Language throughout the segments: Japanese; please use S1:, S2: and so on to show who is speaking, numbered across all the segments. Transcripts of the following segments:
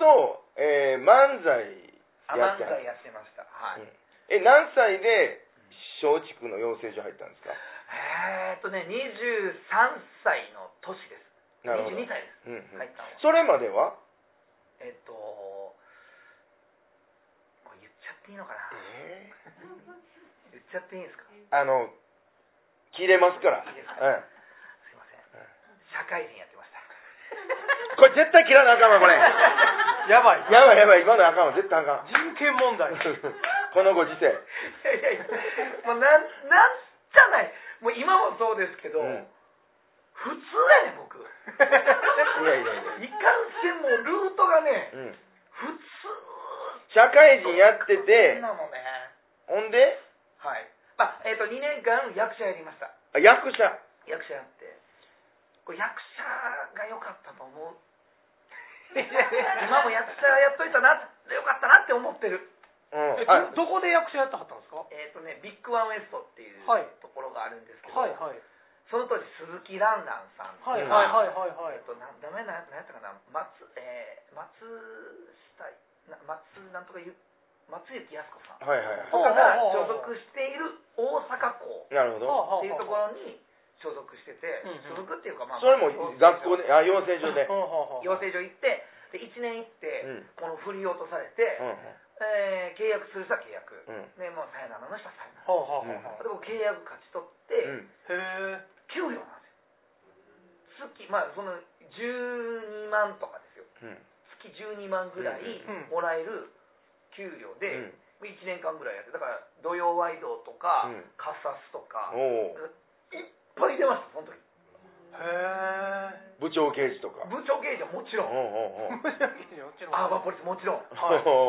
S1: と、漫才やって
S2: 漫才やってました。はい。
S1: 何歳で松竹の養成所入ったんですか
S2: ？23歳の年です。22歳です。入ったのは。
S1: それまでは
S2: これ言っちゃっていいのかな。言っちゃっていいんですか。
S1: 切れますから。
S2: すいません。社会人やってました。
S1: これ絶対切らなあかんわ、これ。
S3: やばい、
S1: 今のあかんわ、絶対あかん。
S3: 人権問題。
S1: このご時世。
S2: いや、もうなんじゃない。もう今もそうですけど、普通やねん、僕。いかんせんもうルートがね、普通。
S1: 社会人やってて、ほんで、
S2: はい。2年間役者やりました。
S1: 役者や
S2: って、これ役者が良かったと思う。今も役者やっといたなってよかったなって思ってる。
S3: どこで役者やってはったんですか？
S2: ビッグワンウエストっていうところがあるんですけど、その当時鈴木蘭蘭さんとか、名前何やったかな、松なんとか松雪泰子さんとかが所属している大阪校っていうところに所属してて、所属っていうか
S1: それも学校で養成所で
S2: 養成所行ってで1年行って、この振り落とされて、契約する人は契約、でもうさよならの人はさよなら、でも契約勝ち取って、給料なんですよ。月その12万とかですよ、月12万ぐらいもらえる給料で、1年間ぐらいやって、だから土曜ワイドとか、カサスとかいっぱい出ました、その時。
S1: 部長刑事とか。
S2: 部長刑事はもちろん。アーバンポリスもちろん。いっ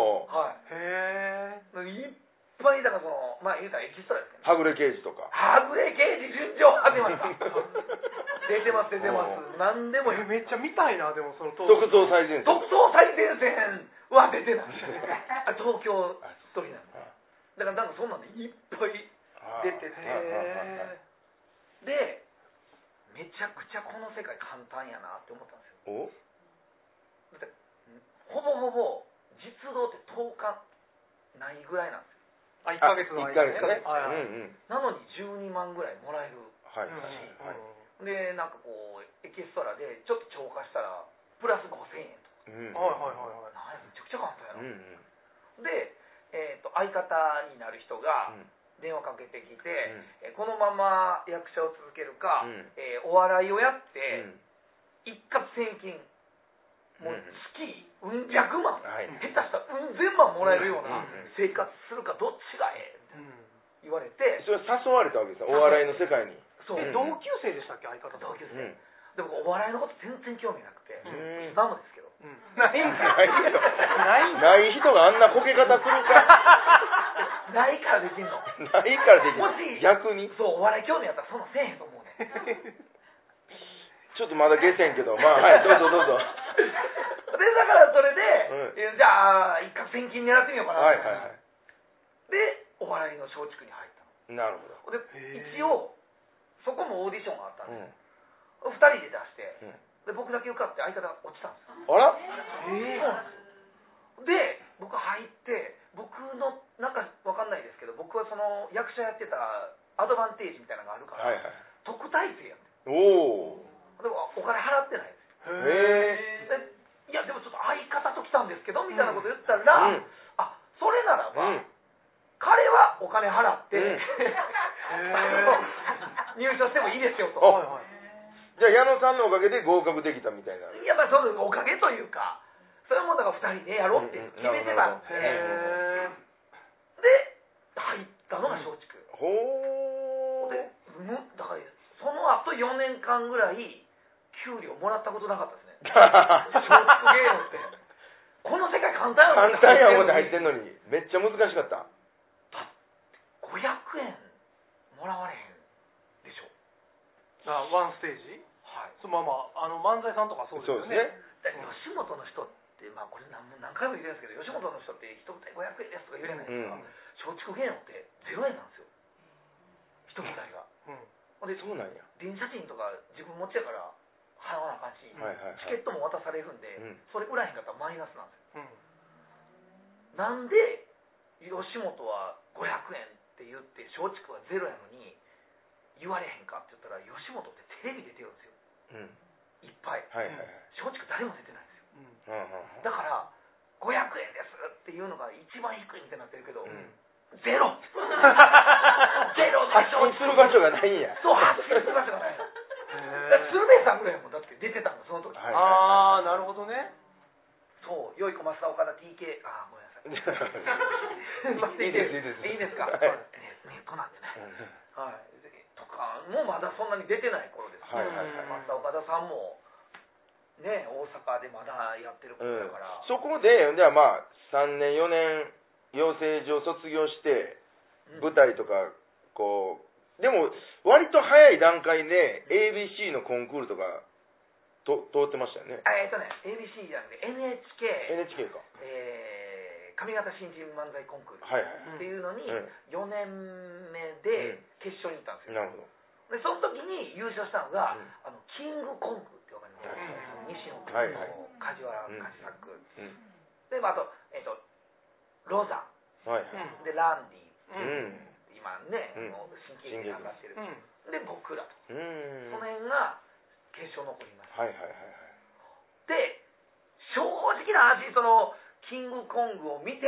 S2: ぱいだから言うたらエキストラですね。
S1: はぐれ刑事とか。
S2: はぐれ刑事順調始まった。出てます。何でも
S3: めっちゃ見たいな、でもその
S1: 特捜最前線。
S2: 特捜最前線は出てない。東京一人なんで。だからそんなんでいっぱい出てて。で、めちゃくちゃこの世界簡単やなって思ったんですよ。だってほぼほぼ実動って10日ないぐらいなんですよ。
S3: 1ヶ月の間
S1: ね。
S2: なのに12万ぐらいもらえるらしい。でエキストラでちょっと超過したらプラス5000円とか。めちゃくちゃ簡単やな。で、相方になる人が電話かけてきて、このまま役者を続けるか、お笑いをやって一括千金、もう月うん百万、下手したらうん千万もらえるような生活するかどっちがええって言われて、
S1: それ誘われたわけですよ、お笑いの世界に。
S3: 同級生でしたっけ、相方。
S2: 同級生でもお笑いのこと全然興味なくて、今もですけど。
S3: ない
S1: 人があんなこけ方するか。
S2: ないからできんの。
S1: ないからできんの。
S2: もし
S1: 逆に。
S2: そう、お笑い興味あったらそんなせえへんと思うね。
S1: ちょっとまだ下せんけど、どうぞ。で、だ
S2: からそれで、じゃあ一攫千金狙ってみようかな。で、お笑いの松竹に入ったの。
S1: なるほど。
S2: で、一応そこもオーディションがあったんです。2人で出して、で僕だけ受かって相方が落ちたんですよ。
S1: あら？
S2: で、僕入って、僕のなんかわかんないですけど、僕はその役者やってたアドバンテージみたいなのがあるから、特待生やって。でもお金払ってないですよ。いやでもちょっと相方と来たんですけどみたいなこと言ったら、それならば、彼はお金払って、入所してもいいですよと。
S1: じゃあ矢野さんのおかげで合格できたみたいな。
S2: いやそのおかげというか、それもだから2人でやろうって決めてたんで、で入ったのが松竹。でだからその後4年間ぐらい給料もらったことなかったですね。松竹芸能ってこの世界簡単
S1: や思って入ってんのにめっちゃ難しかった。
S2: 500円もらわれへんでしょ。
S3: ワンステージ。漫才さんとかそうですよね。
S2: 吉本の人ってこれ何回も言ってるんですけど、吉本の人って一舞台500円ですとか言えないですか。松竹芸能って0円なんですよ、一舞台が。
S1: そうなんや。
S2: 電車賃とか自分持ちやから払わなあかんし、チケットも渡されるんで、それ売らへんかったらマイナスなんですよ。なんで吉本は500円って言って松竹は0やのに言われへんかって言ったら、吉本ってテレビ出てるんですよ、いっぱい、松竹誰も出てないんですよ、だから500円ですっていうのが一番低いみたいになってるけど、ゼロゼロで
S1: 発信する場所がないんや。
S2: そう、発信する場所がないの。鶴瓶さんぐらいもだって出てたの、その時。
S3: ああ、なるほどね。
S2: そう、良い子、増田岡田 TK、ごめんなさい。
S1: いいです
S2: いいですか。ネットなんでね。はい。とか、もうまだそんなに出てない頃です。増田岡田さんも、ね、大阪でまだやってる頃だから。
S1: そこで、じゃあまあ、3年、4年、養成所卒業して、舞台とか、こう、でも、割と早い段階で ABC のコンクールとか、通ってましたよね。
S2: ABC じゃなくて NHK
S1: か。
S2: 上方新人漫才コンクールっていうのに4年目で決勝に行ったんですよ。
S1: なるほど。
S2: でその時に優勝したのが、キングコングってわかりますか、西野君の梶原梶作、であと、ロザン、でランディ、今ね、新喜劇頑張ってる、で僕らと、その辺が決勝残りました。で正直な話、そのキングコングを見て、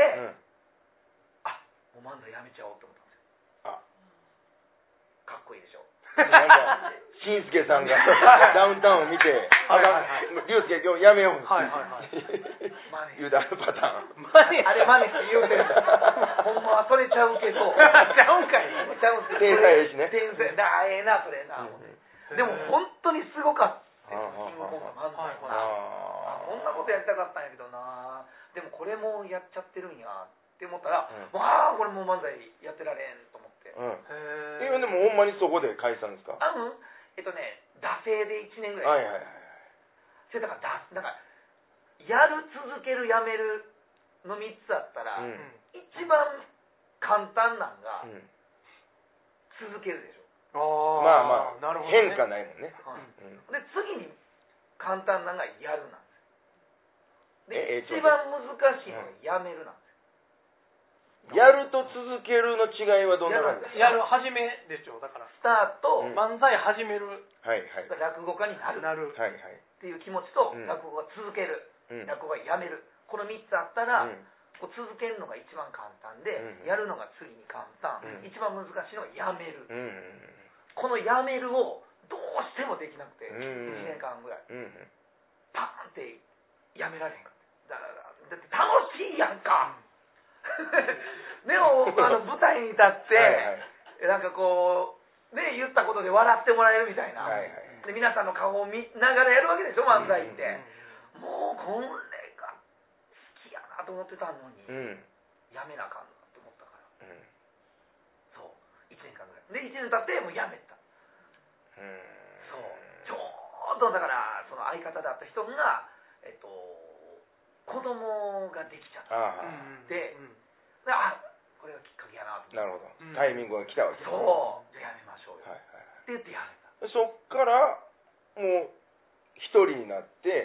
S2: もう漫才やめちゃおうと思ったんですよ。かっこいいでしょ。
S1: しんすけさんがダウンタウンを見て、竜介今日やめよう言うたパターン。
S2: あれマネって言うてるんだ。ほんまはそれちゃうけど。ちゃうんかい。ちゃうんすよ。
S1: 天才やしね。
S2: 天才だ、ええなそれな。でも本当にすごかった。キングコング漫才こんなことやりたかったんやけどな。でもこれもやっちゃってるんやって思ったら、わあこれもう漫才やってられんと思って。
S1: でもほんまにそこで解散ですか？
S2: 惰性で1年ぐらい。それだからやる続けるやめるの3つあったら、一番簡単なんが続けるでしょ。
S1: まあ変化ないもんね。
S2: で次に簡単なのがやるなんです。で一番難しいのがやめるなんです。
S1: やると続けるの違いはどんな感じですか？
S3: やる始めでしょ。だから
S2: スタート、
S3: 漫才始める、
S2: 落語家になるっていう気持ちと、落語が続ける、落語がやめる、この3つあったら、こう続けるのが一番簡単で、やるのが次に簡単、一番難しいのがやめる、このやめるをどうしてもできなくて、1年間ぐらい、パーンってやめられへんかった。だって楽しいやんか。でも舞台に立ってなんかこうね、言ったことで笑ってもらえるみたいな、で皆さんの顔を見ながらやるわけでしょ、漫才って。もうこれが好きやなと思ってたのに、やめなあかんなって思ったから、そう1年間ぐらいで、1年経ってもうやめた。そうちょうどだからその相方だった人が子供ができちゃったで、これがきっかけやなと。
S1: なるほど、タイミングが来たわけです。
S2: そうじゃあやめましょうよって言ってやめた。
S1: そっからもう一人になって、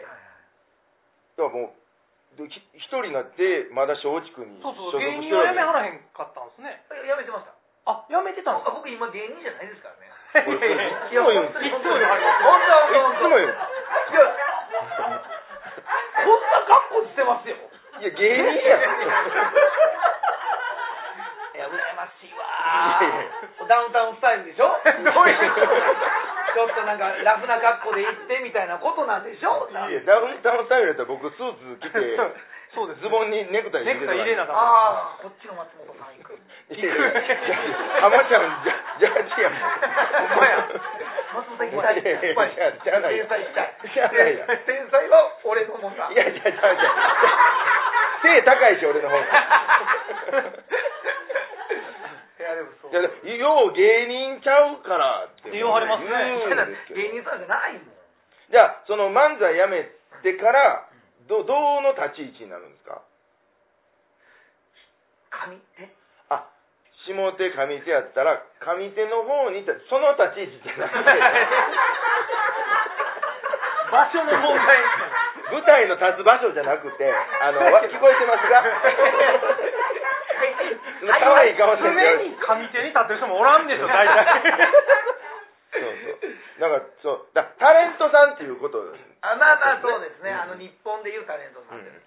S1: だからもう一人になってまだ松竹に所属してる。
S3: 芸人はやめはらへんかったんですね。
S2: やめてました。
S3: やめてたんですか？
S2: 僕今芸人じゃないですからね。
S1: いつも言うんです。
S2: いつも言う。こんな格好してますよ。
S1: いや芸人やん。
S2: いや羨ましいわ。ダウンタウンスタイルでしょ。ちょっとなんかラフな格好で行ってみたいなことなんでしょ。
S1: いやダウンタウンスタイルやったら僕スーツ着て
S3: そうです、
S1: ズボンにネクタイ入
S3: れなかった。
S2: こっちの松本さん行く。
S1: 浜ちゃんジャージやもん。
S2: ほんまや。松本行きたい。やっぱり天才行きたい。天才は俺のもんだ。
S1: いや背高いし俺の方が。よう芸人ちゃうからって
S3: 言われますね。
S2: 芸人さんじゃないもん。
S1: じゃあその漫才やめてからどの立ち位置になるんですか？
S2: 上手。
S1: 下手上手やったら上手の方にその立ち位置じゃなくて
S3: 場所の問題
S1: 舞台の立つ場所じゃなくて、聞こえてますか？可愛いかもしれない。
S3: 常に上手に立ってる人もおらんでしょ、大体。
S1: そうタレントさんっていうことです。
S2: まあそうですね。日本でいうタレントさんです。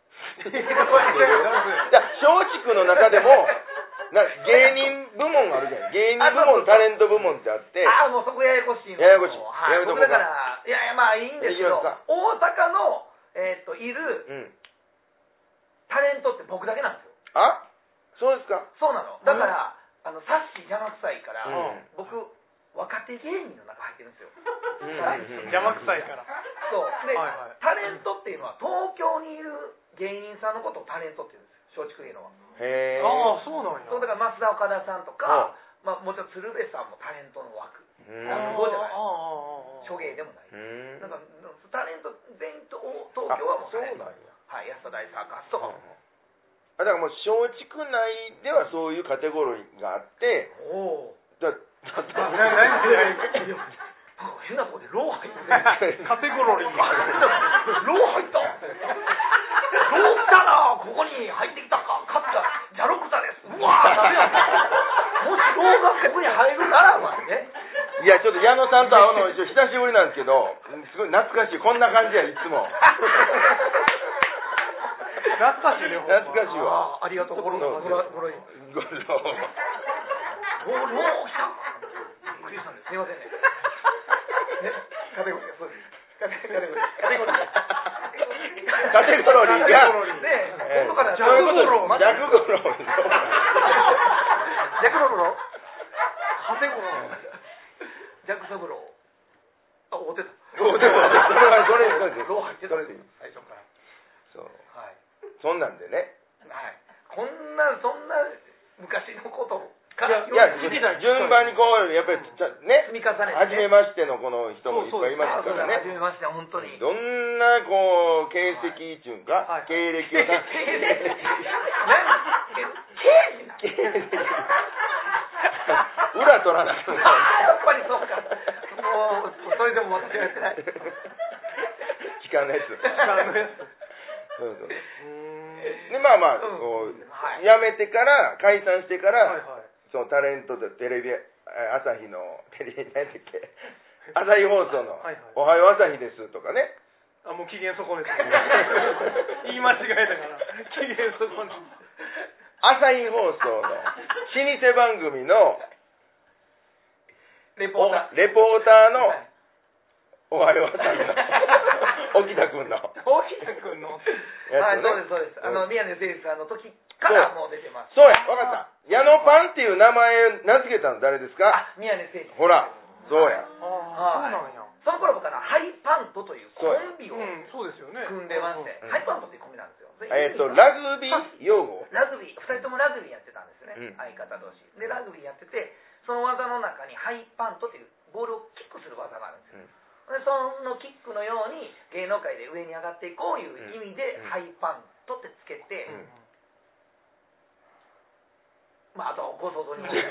S1: 松竹の中でも芸人部門があるじゃない。芸人部門、タレント部門ってあって。
S2: もうそこややこしいの。
S1: ややこしい。
S2: 僕だから、まあいいんですけど、大阪のいるタレントって僕だけなんですよ。
S1: あ、そうですか。
S2: そうなの。だからサッシ邪魔くさいから、僕若手芸人の中入ってるんですよ。
S3: 邪魔くさいから。
S2: そうで、タレントっていうのは東京にいる芸人さんのことをタレントって言うんですよ、松竹芸能は。
S1: へえ。
S3: ああ、そうなんや。
S2: そうだから増田岡田さんとか、もちろん鶴瓶さんもタレントの枠。落語じゃない。諸芸でもない。なんかタレント全員と東京はもうタレント。はい、安田大サーカスとかも。
S1: だからもう松竹内ではそういうカテゴリーがあって、
S2: 変なとこでロー入って
S3: カテゴリー
S2: ロー入ったロー来たな、ここに入ってきたか、勝ったジャロクタです。うわー、ダメやもしローがここに入るならばね。
S1: いや、ちょっと矢野さんと会うの一応久しぶりなんですけど、すごい懐かしい。こんな感じや、いつも。
S3: 懐かしいね、
S1: 懐かしいわ。
S2: ありがとう、ゴロゴロゴロゴロ来た。クリスさんです。すみませんね。カテゴリー、そうです。カテゴリーが
S1: ジャクゴロ
S2: ね、今度からジャクゴロ
S1: ジャクゴロ
S2: ジャクゴロカテゴロジャクソブロあ、おてた
S1: それです
S2: ロー入ってた最初から。
S1: そう、
S2: はい、
S1: そんなんでね、
S2: はい、そんな昔のこと
S1: いや順番にこうやっぱりね、
S2: 積み重ねて
S1: 初めましてのこの人もいっぱいいますからね。
S2: 初めまして、本当に
S1: どんなこう形跡っていうんか、経歴を
S2: 経歴
S1: 裏取らないと。
S2: やっぱりそうか。もうそれでも私はやってない。
S1: 期間のやつ。そうそう。でまあこう辞めてから解散してから、そのタレントでテレビ朝日のテレビ何だっけ、朝日放送のおはよう朝日ですとかね。
S3: あ、もう機嫌損ねて言い間違えたから機嫌損ねて。
S1: 朝日放送の老舗番組の
S2: レポータ
S1: ーのおはよう朝日の沖田君の
S2: やつ、そうですそうです。宮根誠司さんの時からもう出てます。
S1: そうや、分かった。矢野パンっていう名前名付けたの誰ですか？
S2: 宮根誠司。
S1: ほら、そうや。
S3: そうなんや。
S2: その頃僕ハイパントというコンビを
S3: そうですよね。
S2: 組んでまして、ハイパントっていうコンビなんですよ。
S1: ラグビー用語？
S2: ラグビー、2人ともラグビーやってたんですよね、相方同士で。ラグビーやってて、その技の中にハイパントっていうボールをキックする技があるんですよ。でそのキックのように芸能界で上に上がっていこういう意味で、ハイパントってつけて、あとご想像にお任せ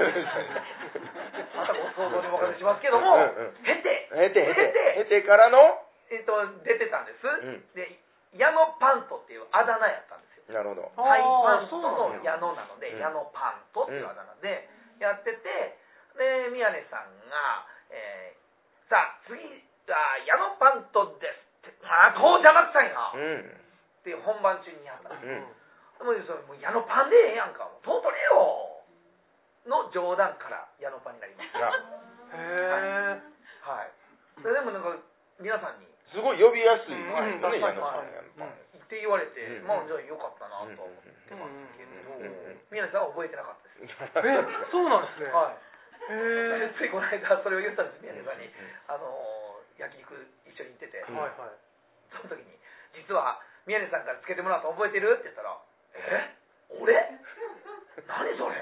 S2: しますけども、経
S1: てからの
S2: 出てたんです。で、矢野パントっていうあだ名やったんですよ。
S1: なるほど。
S2: ハイパントの矢野なので、矢野パントっていうあだ名でやってて、で宮根さんが、さあ次矢野パントですって、こう邪魔くさいなっていう本番中にやったんです。もう矢野パンでええやんか、とうとれよの冗談から矢野パンになりました。
S3: へえ。
S2: はい。それでもなんか皆さんに
S1: すごい呼びやすい
S2: ね、矢野パンって言われて、まあじゃあよかったなと思ってますけど、宮根さんは覚えてなかったです。
S3: そうなんですね。
S2: はい。ついこの間それを言ったんです、宮根さんに。焼肉一緒に行ってて、その時に実は宮根さんからつけてもらったの覚えてるって言ったら、俺何それ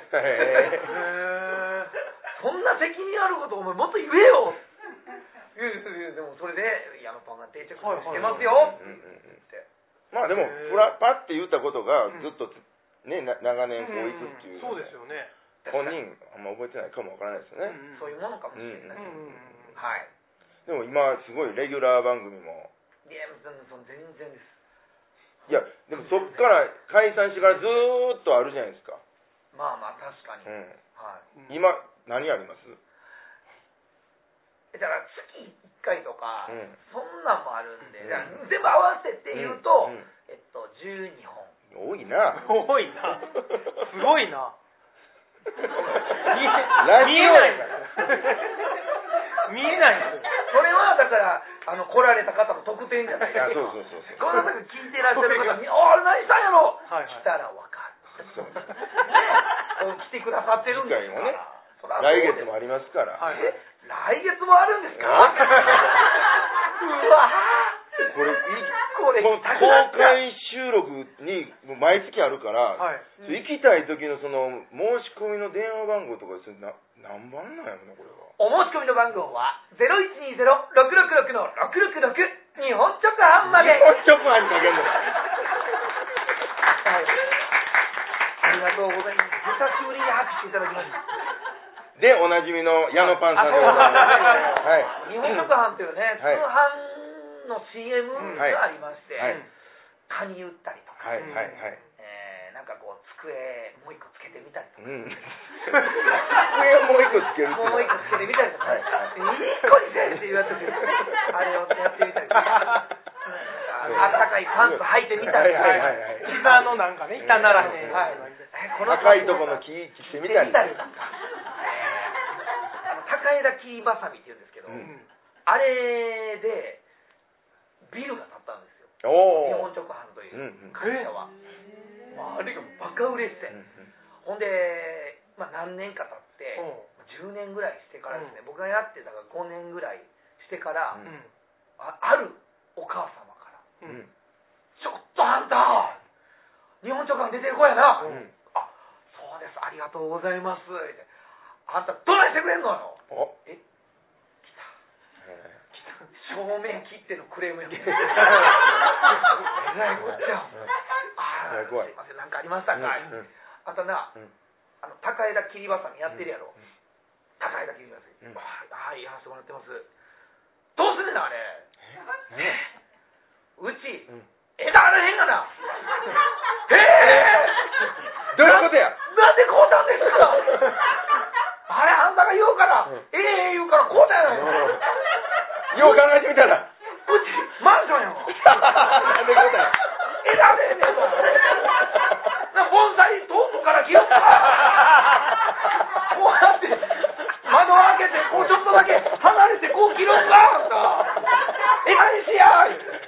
S2: そんな責任あることお前もっと言えよでもそれで矢野パンが定着してますよって
S1: まあでもパッて言ったことがずっとね長年こういくっていう、
S3: そうですよね。
S1: 本人あんま覚えてないかもわからないですよね。
S2: そういうものかもしれない。はい。
S1: でも今すごいレギュラー番組も
S2: いや全然です。
S1: いやでもそっから解散してからずーっとあるじゃないですか。
S2: まあ確かに、
S1: はい、
S3: うん、
S1: 今何あります？
S2: だから月1回とか、
S1: うん、
S2: そんなんもあるんで、全部合わせて言うと、12本。
S1: 多いな。
S3: 多いな。すごいな。見えない見えないんですよ。
S2: それはだから来られた方の特典じゃないですか。
S1: そう
S2: この方が聞いてらっしゃる方に「あれ何したんやろ」来たら分かる。来てくださってるんですから。
S1: 来月もありますから。
S2: 来月もあるんですか？うわ
S1: これ公開収録に毎月あるから、行きたい時のその申し込みの電話番号とか何番なんやろなこれは。
S2: お申し込みの番号は0120-666-666日本直販まで。
S1: 日本直販にかけるの。
S2: ありがとうございます。久しぶりに拍手いただきました。
S1: で、おなじみの矢野パンさんでございます。
S2: 日本直販というね、通販の CM がありまして、カニ売ったりとか、なんかこう、机もう一個つけてみたりとか。
S1: 机をもう一個つける
S2: もう一個つけてみたりとか。一個にせえっていうやつで、あれをやってみたりとか。あったかいパンツ履いてみたりとか。
S3: 膝のなんかね、板ならへん。
S1: 高いところの木切ってみたりとか。
S2: 高枝木ばさみって言うんですけど、あれでビルが建ったんですよ。日本直販という会社は。あれがバカ売れして、ほんで、何年か経って10年ぐらいしてからですね、僕がやってたが5年ぐらいしてから、あるお母様から、ちょっとあんた日本直販出てる子やな、あ、そうです、ありがとうございます、あんたどないしてくれんのよ。来た正面切ってのクレームやもん。えらいこっちゃ。すいません、何かありましたか。あんたな、高枝切りばさみやってるやろ。高枝切りばさみ。はい、やらせてもらってます。どうすんねんな、あれ。うち、枝あらへんがな。
S1: どういうことや。
S2: なんでこうたんですか。あれ、あんたが言うから、言うからこうだよ。
S1: よう考えてみたら。
S2: うち、マンションやん。
S1: なんでこうだよ。
S2: 枝でねえぞ。盆栽遠くから切るか。こうやって窓を開けてこうちょっとだけ離れてこう切るんか。あんた。枝にしや。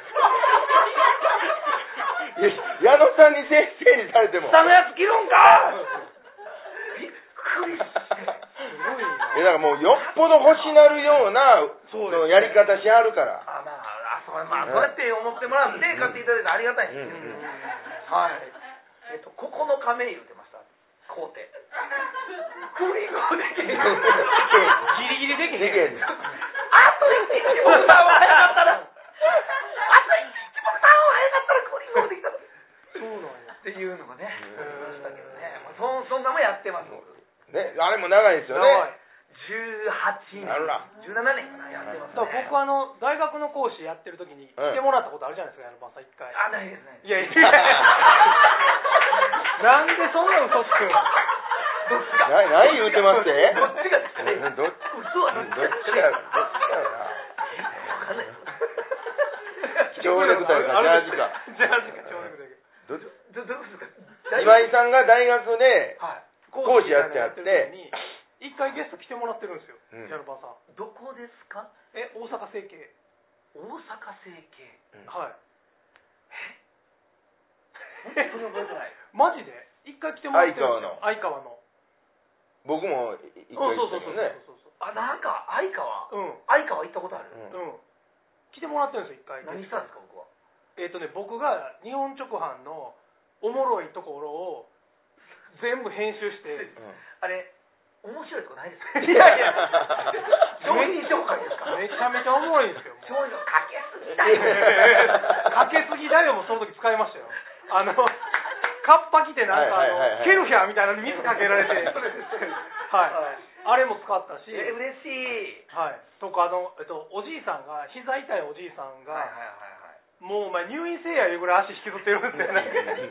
S1: 矢野さんに先生にされても。
S2: 下のやつ切るんか。びっくりして。
S1: だからもうよっぽど欲しなるようなやり方しはるから。
S2: そうやって思ってもらって買っていただいてありがたいんですけど、はい。9日目言ってました。工程。クリームできへん。
S3: ギリギリできへん。
S2: あと1日もさんは早かったら。あと1日もさんは早かったらクリームできた。そうなんや。っていうのがね、ありましたけどね。そんなもやってます。
S1: ね、あれも長いですよね。
S2: 18年、17年かな、やってますね。
S3: 僕大学の講師やってる時に来てもらったことあるじゃないですか、矢野パンさん1回。
S2: あ、ないですね。
S3: いやなんでそんな嘘つくん。
S1: 何言うてますって。
S2: どっちがですかね。
S1: 嘘はどっちだよな。
S2: 分かんない。
S1: 協力隊かジャージか。
S3: ジャージか協力隊か。
S2: どうですか。
S1: 岩井さんが大学で講師やってあって。
S3: 一回ゲスト来てもらってるんですよ、矢野パンさん。
S2: どこですか。
S3: 大阪整形。
S2: 大阪整形。
S3: はい。
S2: 本当に覚えてない。
S3: マジで一回来てもらってるんですよ。相川の。
S1: 僕も一回行ったけどね。
S2: あ、なんか相川。相川行ったことある。
S3: 来てもらってるんですよ、一回。
S2: 何したんですか、僕は。
S3: 僕が日本直販のおもろいところを全部編集して。
S2: あれ。面白いとこないですか。
S3: いやいや
S2: 商品紹介ですか。
S3: めちゃめちゃおもろいんですよ。
S2: 商品かけすぎだよ。
S3: かけすぎだよもその時使いましたよ。カッパ着てなんかケルヒャーみたいなのに水かけられて、はい。 あれも使ったし、
S2: 嬉しい。
S3: はい。とかおじいさんが膝痛いおじいさんが、もうお前入院せえやいうぐらい足引きずってるんですよね。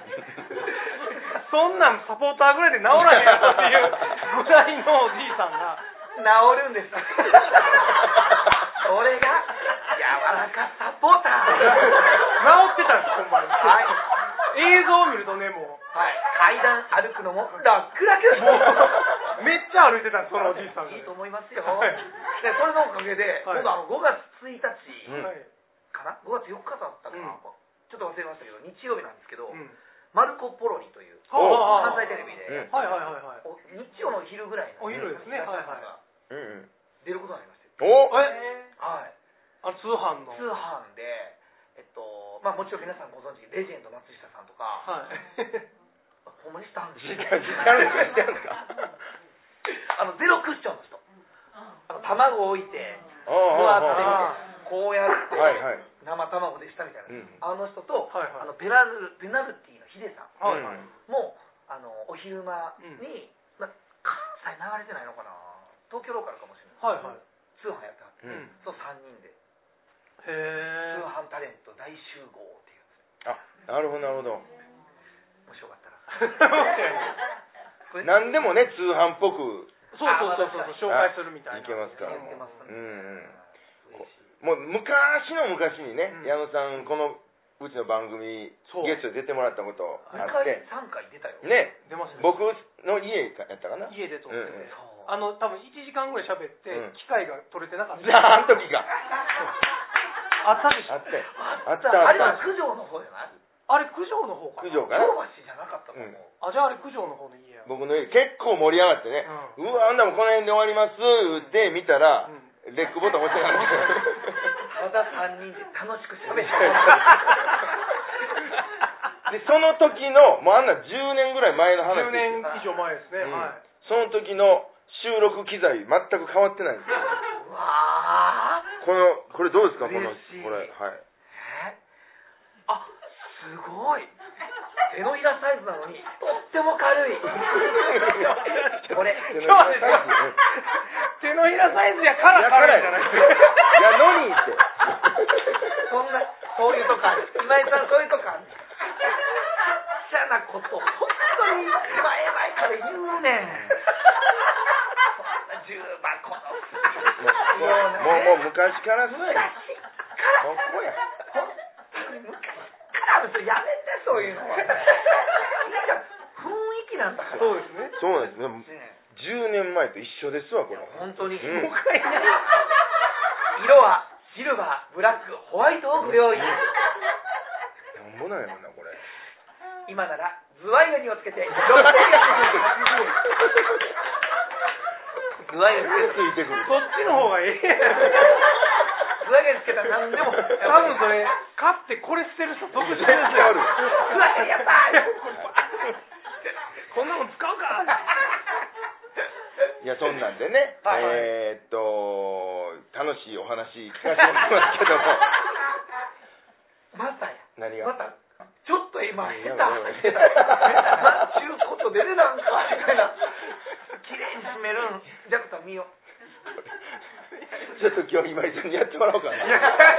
S3: そんなんサポーターぐらいで治らへんやろっていうぐらいのおじいさんが
S2: 治るんです。それが柔らかサポーター。
S3: 治ってたんですほんまに。
S2: はい。
S3: 映像を見るとねもう、
S2: はい、階段歩くのも楽々です。も
S3: うめっちゃ歩いてたんですそのおじいさんが。
S2: いいと思いますよ。でそれのおかげで、今度5月1日かな、5月4日だったかな、ちょっと忘れましたけど日曜日なんですけど、マルコ・ポロリという関西テレビで、日曜の昼ぐらいの
S3: お昼ですね、
S2: 出ることになりまして。
S3: はい。通販
S2: でまあもちろん皆さんご存知レジェンド松下さんとか、ほんまにしたんですよ。ゼロクッションの人、卵を置いて座ってみてこうやって生卵でしたみたいな、あの人とペナルティーのヒデさんもお昼間に関西流れてないのかな、東京ローカルかもしれない、通販やってはって、その3人で通販タレント大集合っていうや
S1: つ。なるほどなるほど。
S2: もしよかったら
S1: 何でもね通販っぽく
S3: そう紹介するみたいな。
S1: いけますから。もう昔の昔にね、矢野さんこのうちの番組ゲストで出てもらったことあって、
S2: 3回出たよ
S1: ね。
S3: 出ましたね。
S1: 僕の家やったかな。
S3: 家で撮ってて、多分1時間ぐらい喋って機械が取れてなかった。
S1: あの時が。
S3: あったでしょ。
S1: あった。
S2: あれは九条の方じゃない？
S3: あれ九条の方かな。
S1: 九条かな。
S2: 京橋じゃなかったと思う。
S3: じゃああれ九条の方の家や。
S1: 僕の家結構盛り上がってね。うわ、あんなもんこの辺で終わります言って見たらレックボタン押してなかった。
S2: また3人で楽しく喋って。
S1: でその時のもうあんな10年ぐらい前の話。
S3: 10年以上前ですね。
S1: その時の収録機材全く変わってないんですよ。これどうですかこれ。
S2: すごい。手のひらサイズなのにとっても軽い。これ
S3: 手のひらサイズやから軽いじゃないですか。
S1: いやのにって。
S2: そういうとこある。今井さんそういうとこある。ちっちゃなこと本当に前々から言うねん。重箱の
S1: もう昔からそうや。ここや。
S2: やめてそういうのは。雰囲気なんだから。
S3: そうですね。
S1: そうですね。10年前と一緒ですわこれ。
S2: 本当に。色はシルバー、ブラック、ホワイトをご用意。
S1: なんぼなんやろなこれ。
S2: 今ならズワイガニをつけて680円。ズワイガニ
S1: ついてくる。
S3: そっちの方がええ。
S2: ズワイガニつけたら何でも。
S3: 多分それ買ってこれ捨てる人特殊ですよ。
S2: ズワイガニやったー。
S3: こんなもん使うか。
S1: いやそんなんでね、楽しいお話聞かせてもらいますけども。
S2: またや。
S1: 何が？
S2: またちょっと今下手なんちゅうことでねなんかみたいな。綺麗に締めるん。ジャクタ見よう。
S1: ちょっと今日今井さんにやってもらおうかな。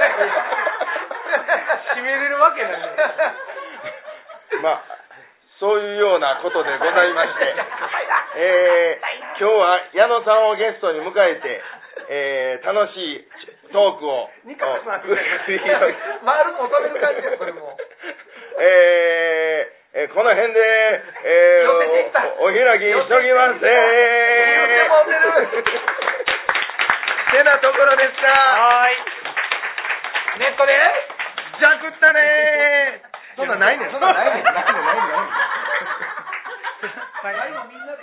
S3: 締めれるわけないね。
S1: まあそういうようなことでございまして、今日は矢野さんをゲストに迎えて、楽しいトークを
S3: 2回回る
S2: 求める感じですこれも。
S1: この辺で、お開きにしときます。てなところですか。
S3: はい。
S2: ネットで
S1: じゃくったねー。そんなんないねん。